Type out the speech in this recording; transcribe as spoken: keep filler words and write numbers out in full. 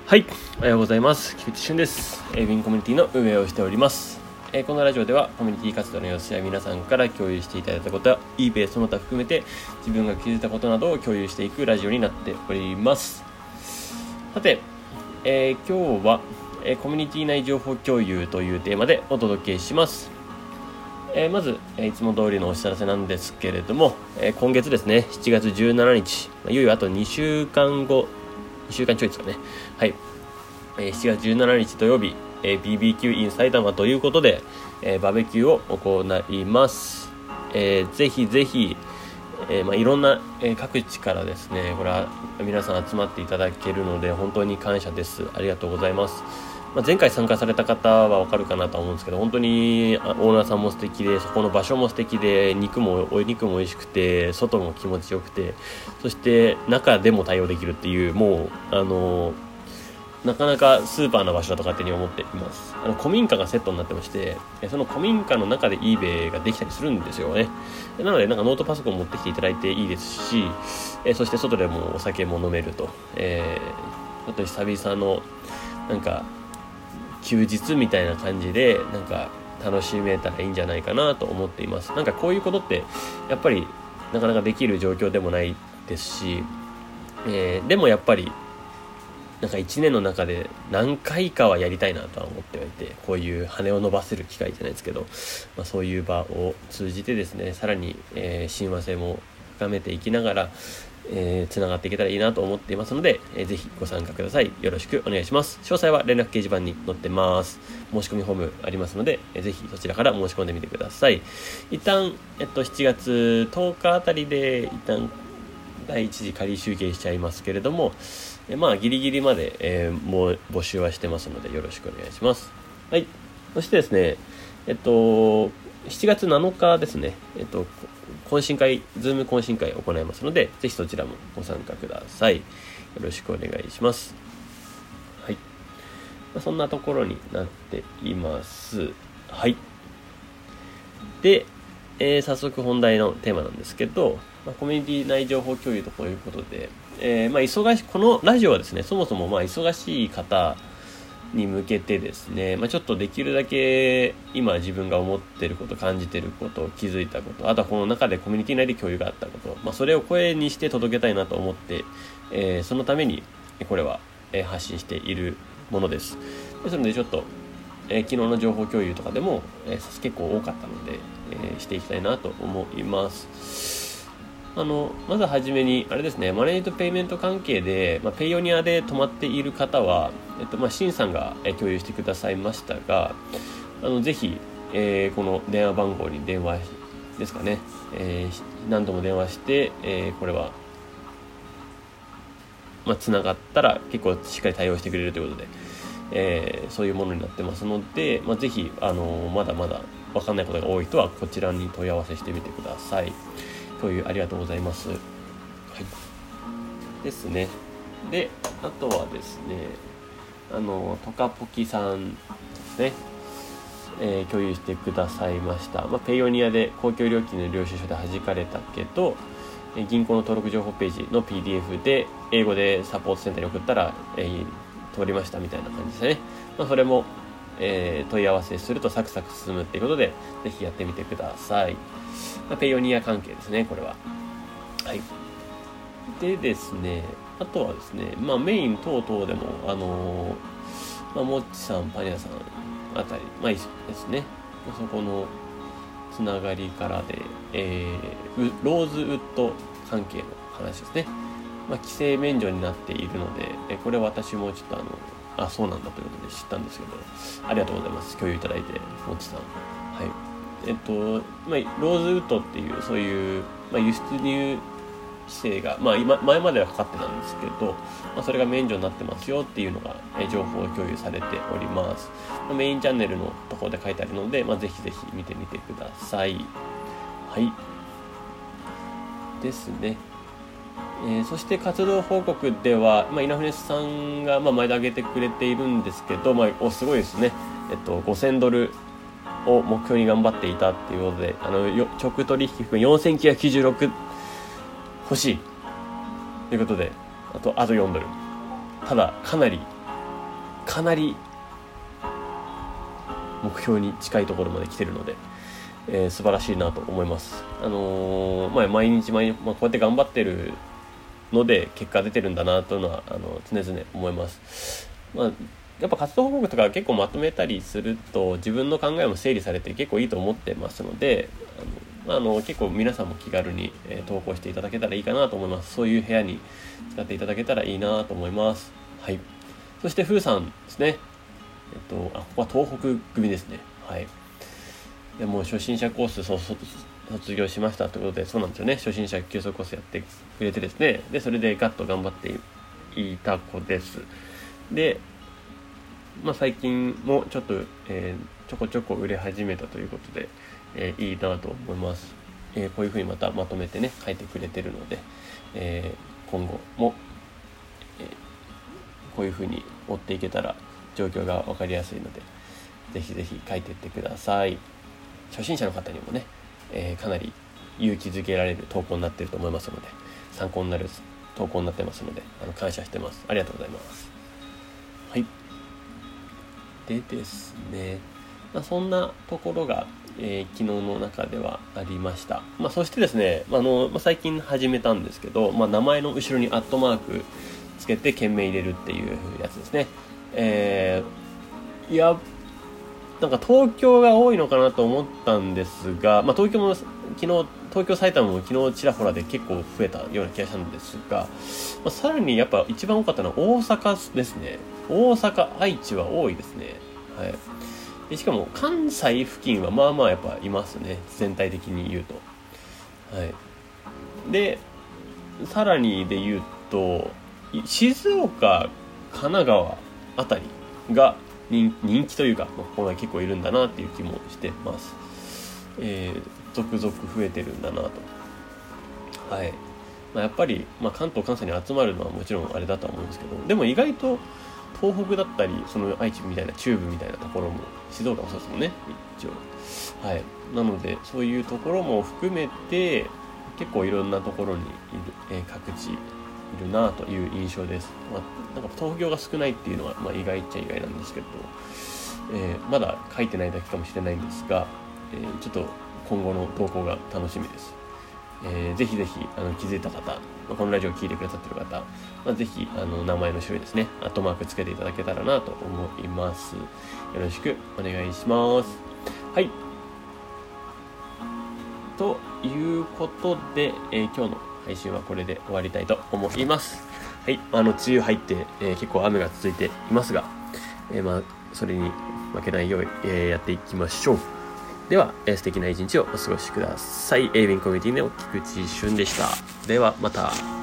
はい、おはようございます。菊池俊です。えー、ウィンコミュニティの運営をしております。えー、このラジオではコミュニティ活動の様子や皆さんから共有していただいたことや eBay その他含めて自分が気づいたことなどを共有していくラジオになっております。さて、えー、今日は、えー、コミュニティ内情報共有というテーマでお届けします。えー、まず、えー、いつも通りのお知らせなんですけれども、えー、今月ですねしちがつじゅうしちにち、いよいよあとにしゅうかんごにしゅうかんちょいですかね。はい、えー、しちがつじゅうしちにち土曜日、えー、ビービーキュー in 埼玉ということで、えー、バーベキューを行います。えー、ぜひぜひ、えーまあ、いろんな、えー、各地からですねこれは皆さん集まっていただけるので本当に感謝です。ありがとうございます。まあ、前回参加された方はわかるかなと思うんですけど、本当にオーナーさんも素敵で、そこの場所も素敵で、肉もお肉も美味しくて、外も気持ちよくて、そして中でも対応できるっていう、もうあのなかなかスーパーな場所だと勝手に思っています。あの古民家がセットになってまして、その古民家の中で eBay ができたりするんですよね。なのでなんかノートパソコン持ってきていただいていいですし、えそして外でもお酒も飲めると、えー、ちょっと久々のなんか休日みたいな感じでなんか楽しめたらいいんじゃないかなと思っています。なんかこういうことってやっぱりなかなかできる状況でもないですし、えー、でもやっぱりなんかいちねんの中で何回かはやりたいなとは思ってはいて、こういう羽を伸ばせる機会じゃないですけど、まあ、そういう場を通じてですねさらに、えー、親和性も深めていきながらえー、つながっていけたらいいなと思っていますので、えー、ぜひご参加ください。よろしくお願いします。詳細は連絡掲示板に載ってます。申し込みフォームありますので、えー、ぜひそちらから申し込んでみてください。一旦、えっと、しちがつとおかあたりで一旦第一次仮集計しちゃいますけれども、えー、まあギリギリまで、えー、もう募集はしてますのでよろしくお願いします。はい。そしてですね、えっとしちがつなのかですね、えっと懇親会、ズーム懇親会を行いますので、ぜひそちらもご参加ください。よろしくお願いします。はい。まあ、そんなところになっています。はい。で、えー、早速本題のテーマなんですけど、まあ、コミュニティ内情報共有ということで、えー、まあ忙しい、このラジオはですね、そもそもまあ忙しい方に向けてですね、まあ、ちょっとできるだけ今自分が思っていること、感じていること、気づいたこと、あとはこの中でコミュニティ内で共有があったこと、まあ、それを声にして届けたいなと思って、えー、そのためにこれは発信しているものです。ですのでちょっと、えー、昨日の情報共有とかでも、えー、結構多かったので、えー、していきたいなと思います。あのまずはじめにあれですね、マネーとペイメント関係で、まあ、ペイオニアで泊まっている方は、えっとまあ、シンさんが共有してくださいましたが、あのぜひ、えー、この電話番号に電話ですかね、えー、何度も電話して、えー、これはまあ、つながったら結構しっかり対応してくれるということで、えー、そういうものになってますので、まあ、ぜひ、あのまだまだ分かんないことが多い人はこちらに問い合わせしてみてください。共有ありがとうございます。はい。ですね。で、あとはですね、あのトカポキさんですね、えー、共有してくださいました。まあ、ペイオニアで公共料金の領収書で弾かれたけど、えー、銀行の登録情報ページの ピーディーエフ で英語でサポートセンターに送ったら、えー、通りましたみたいな感じですね。まあ、それも、えー、問い合わせするとサクサク進むっていうことで、ぜひやってみてください。まあ、ペイオニア関係ですね、これは。はい。でですね、あとはですね、まあメイン等々でも、あのー、まあ、もっちさん、パニャさんあたり、まあですね、そこのつながりからで、えー、ローズウッド関係の話ですね。まあ規制免除になっているので、えこれ私もちょっとあの、あ、そうなんだということで知ったんですけど、ありがとうございます。共有いただいて、もっちさん。はい。えっとまあ、ローズウッドっていうそういう、まあ、輸出入規制が、まあ、今前まではかかってたんですけど、まあ、それが免除になってますよっていうのが、え情報共有されております。まあ、メインチャンネルのところで書いてあるので、まあ、ぜひぜひ見てみてください。はいですね。えー、そして活動報告では、まあ、稲船さんが、まあ、前で挙げてくれているんですけど、まあ、おすごいですね。えっとごせんドルを目標に頑張っていたっていうことで、あの直取引含めよんせんきゅうひゃくきゅうじゅうろく欲しいということで、あとあとよんドル。ただかなりかなり目標に近いところまで来てるので、えー、素晴らしいなと思います。あのーまあ、毎日毎日、まあ、こうやって頑張ってるので結果出てるんだなというのはあの常々思います。まあ、やっぱ活動報告とか結構まとめたりすると自分の考えも整理されて結構いいと思ってますので、あの、あの結構皆さんも気軽に、えー、投稿していただけたらいいかなと思います。そういう部屋に使っていただけたらいいなと思います。はい。そしてふうさんですね。えっと、あ、ここは東北組ですね。はい。でもう初心者コースそそ卒業しましたということで、そうなんですよね。初心者急速コースやってくれてですね。で、それでガッと頑張っていた子です。で、まあ最近もちょっと、えー、ちょこちょこ売れ始めたということで、えー、いいなと思います。えー、こういうふうにまたまとめてね、書いてくれてるので、えー、今後も、えー、こういうふうに追っていけたら状況が分かりやすいので、ぜひぜひ書いていってください。初心者の方にもね、えー、かなり勇気づけられる投稿になっていると思いますので、参考になる投稿になってますので、あの感謝してます。ありがとうございます。はい。でですね、まあ、そんなところが、えー、昨日の中ではありました。まあ、そしてですね、あのまあ、最近始めたんですけど、まあ、名前の後ろにアットマークつけて件名入れるっていうやつですね。えー、いやなんか東京が多いのかなと思ったんですが、まあ、東京も昨日東京埼玉も昨日ちらほらで結構増えたような気がしたんですが、まあ、さらにやっぱ一番多かったのは大阪ですね。大阪、愛知は多いですね。はい。でしかも関西付近はまあまあやっぱいますね、全体的に言うと。はい。でさらにで言うと静岡、神奈川あたりが人, 人気というか、まあ、ここが結構いるんだなっていう気もしてます。えー、続々増えてるんだなと。はい。まあ、やっぱり、まあ、関東関西に集まるのはもちろんあれだとは思うんですけど、でも意外と東北だったりその愛知みたいな中部みたいなところも、静岡もそうですもんね一応。はい。なのでそういうところも含めて結構いろんなところにいる、えー、各地いるなという印象です。まあ、なんか東京が少ないっていうのは、まあ、意外っちゃ意外なんですけど、えー、まだ書いてないだけかもしれないんですが、えー、ちょっと今後の投稿が楽しみです。えー、ぜひぜひあの気づいた方、このラジオを聞いてくださっている方、まあ、ぜひあの名前の後ろにですねアットマークつけていただけたらなと思います。よろしくお願いします。はい、ということで、えー、今日の配信はこれで終わりたいと思います。はい、あの梅雨入って、えー、結構雨が続いていますが、えー、まあそれに負けないように、えー、やっていきましょう。では、えー、素敵な一日をお過ごしください。エイビンコミュニティの菊池俊でした。ではまた。